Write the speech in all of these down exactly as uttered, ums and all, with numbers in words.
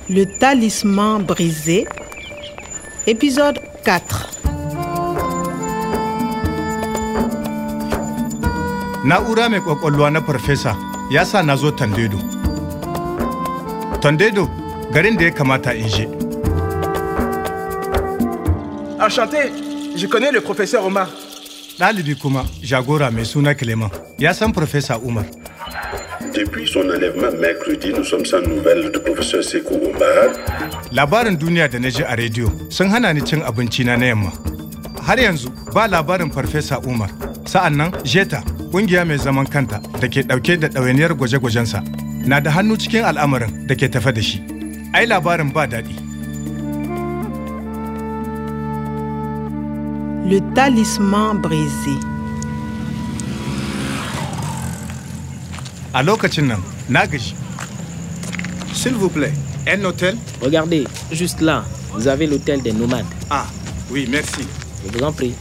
Le talisman brisé, épisode quatre. Na'ura mai kwakwalwa na farfesa ya sa na zo Tandedo. Tandedo, garin da ya kamata in je. Enchanté, je connais le professeur Omar. Ɗalibi kuma jagora mai suna Clément, ya san Professeur Umar. Depuis son enlèvement mercredi, nous sommes sans nouvelles du professeur Sekou Omar. Labarin duniya da na ji a rediyo sun hana ni cin abinci na na yamma. Har yanzu ba labarin Farfesa Umar. Sa'an nan Jeta, ƙungiya mai zaman kanta da ke ɗauke da ɗawainiyar gwaje-gwajensa, na da hannu cikin al'amarin da ke tafe da shi. Ai labarin ba daɗi. Le talisman brisé. A lokacin nan, na gaji. S'il vous plaît, un hôtel? Regardez, juste là, vous avez l'hôtel des nomades. Ah, oui, merci. Je vous en prie.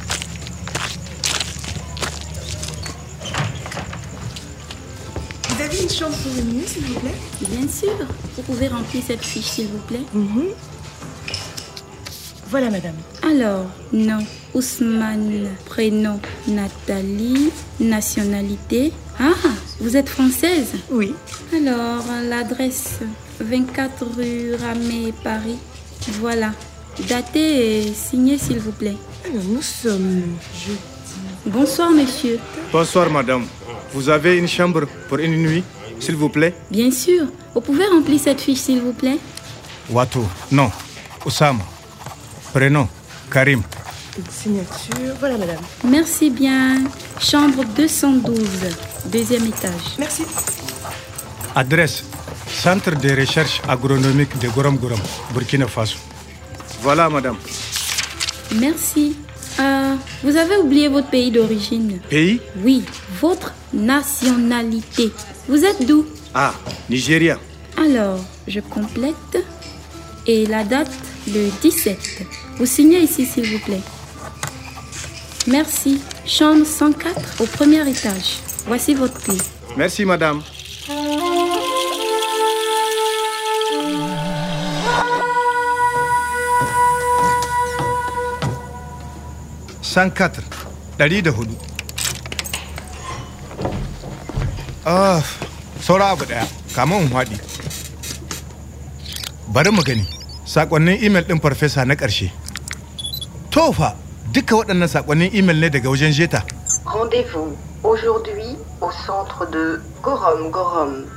Vous avez une chambre pour une nuit, s'il vous plaît? Bien sûr. Vous pouvez remplir cette fiche, s'il vous plaît. Mm-hmm. Voilà, madame. Alors, nom, Ousmane, prénom, Nathalie, nationalité. Ah, vous êtes française? Oui. Alors, l'adresse, vingt-quatre rue Ramée, Paris. Voilà. Daté et signé, s'il vous plaît. Alors, nous sommes jeudi. Bonsoir, monsieur. Bonsoir, madame. Vous avez une chambre pour une nuit, s'il vous plaît? Bien sûr. Vous pouvez remplir cette fiche, s'il vous plaît? Wato, non. Oussama. Prénom, Karim. Une signature. Voilà, madame. Merci bien. Chambre deux cent douze, deuxième étage. Merci. Adresse, Centre de recherche agronomique de Gorom Gorom, Burkina Faso. Voilà, madame. Merci. Euh, vous avez oublié votre pays d'origine. Pays? Oui, votre nationalité. Vous êtes d'où? Ah, Nigeria. Alors, je complète. Et la date, le dix-sept. Vous signez ici, s'il vous plaît. Merci. Chambre cent quatre au premier étage. Voici votre clé. Merci, madame. cent quatre, ɗari da hudu. Ah, saura abu ɗaya, kama in haɗi. Bari mu gani, saƙonnin imel ɗin farfesa na ƙarshe. Tofa, duka waɗannan saƙonnin imel ne daga wajen Jeta. Rendez-vous aujourd'hui au centre de Gorom Gorom.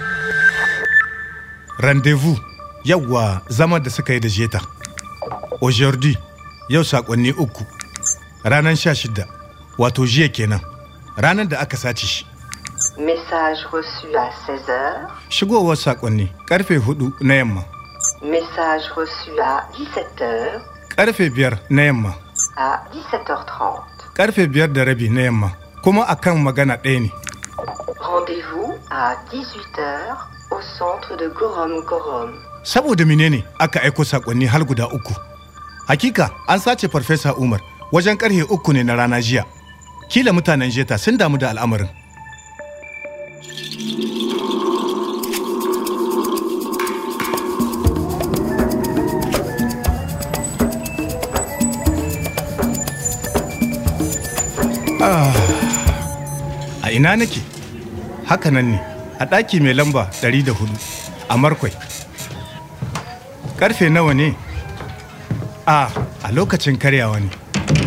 Rendez-vous, yawwa zama da suka yi da Jeta. Aujourd'hui, yau saƙonni uku. Ranar sha shida, wato jiya kenan, ranar da aka sace shi. Message reçu à seize heures. Shigowar saƙonni, ƙarfe hudu na yamma. Message reçu à dix-sept heures. Ƙarfe biyar na yamma. À dix-sept heures trente. Ƙarfe biyar da rabi na yamma, kuma akan magana ɗaya ne. Rendez-vous à dix-huit heures au centre de Gorom Gorom. Saboda menene aka aiko saƙonni har guda uku? Hakika, an sace Farfesa Umar. Wajen karfe uku ne na rana jiya. Kila mutanen Jeta sun damu da al'amarin. Ah, a ina nake? Haka nan ne, a ɗaki mai lamba ɗari da hudu a Markwai. Karfe nawa ne? Ah, a lokacin karyawa ne.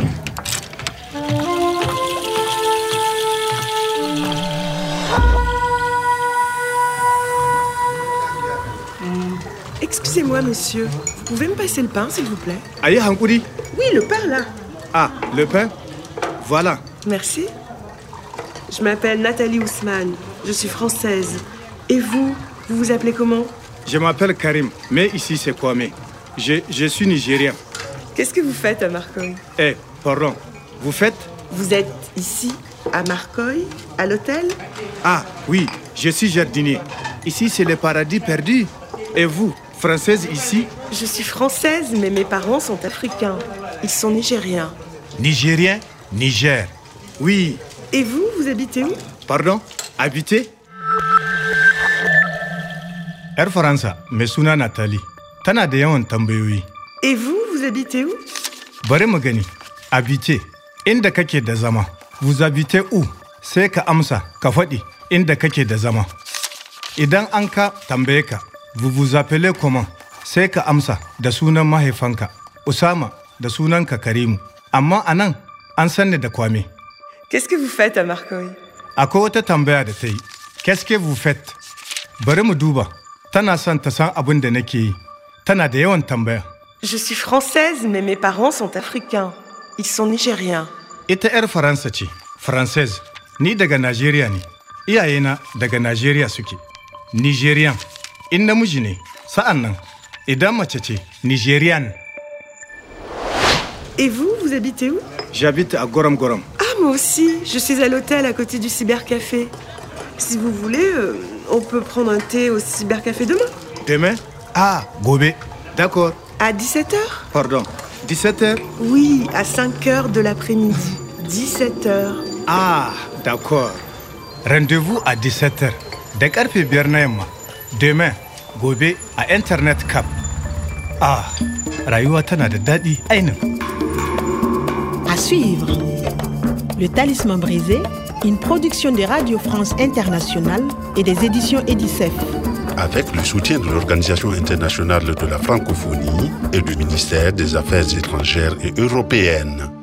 Excusez-moi, monsieur. Vous pouvez me passer le pain, s'il vous plaît? Aïe, Hankouri? Oui, le pain, là. Ah, le pain? Voilà. Merci. Je m'appelle Nathalie Ousmane. Je suis française. Et vous, vous vous appelez comment? Je m'appelle Karim, mais ici c'est Kwame. Je, je suis nigérien. Qu'est-ce que vous faites à Marcoy? Eh, pardon. Vous faites? Vous êtes ici, à Marcoy, à l'hôtel? Ah, oui, je suis jardinier. Ici, c'est le paradis perdu. Et vous, française ici? Je suis française, mais mes parents sont africains. Ils sont nigériens. Nigérien? Niger. Oui. Et vous, vous habitez où? Pardon? Habiter? 'Yar Faransa mai suna Nathalie. Tana da yawan tambayoyi. Et vous, vous habitez où? Bari mu gani. Habiter. Inda kake da zama. Vous habitez où? Sai ka amsa, ka faɗi inda kake da zama. Idan an ka tambaye ka, vous vous appelez comment? Sai ka amsa da sunan mahaifanka, Usama da sunanka Karimu. Amma anan an sanni da Kwame. Qu'est-ce que vous faites à Marcoy? Akwai wata tambaya da ta yi. Qu'est-ce que vous faites? Bari mu duba. Tana son ta san abin da nake yi. Tana da yawan tambaya. Je suis française, mais mes parents sont africains. Ils sont nigériens. Ita 'yar Faransa ce, Française. Ni daga Najeriya ne. Iyayena daga Najeriya suke. Nigerian. In namiji ne, sa'an nan, idan mace ce, Nigerian. Et vous, vous habitez où? J'habite à Gorom Gorom. Ah, moi aussi. Je suis à l'hôtel à côté du cybercafé. Si vous voulez, euh, on peut prendre un thé au cybercafé demain. Demain? Ah, gobe. D'accord. À dix-sept heures? Pardon. dix-sept heures? Oui, à cinq heures de l'après-midi. dix-sept heures. Ah, d'accord. Rendez-vous à dix-sept heures. Da karfe biyar na yamma. Demain, gobe a Internet Cap. Ah, rayuwa tana da daɗi ainin. À suivre. Le Talisman brisé, une production de Radio France Internationale et des éditions Edicef. Avec le soutien de l'Organisation internationale de la francophonie et du ministère des Affaires étrangères et européennes.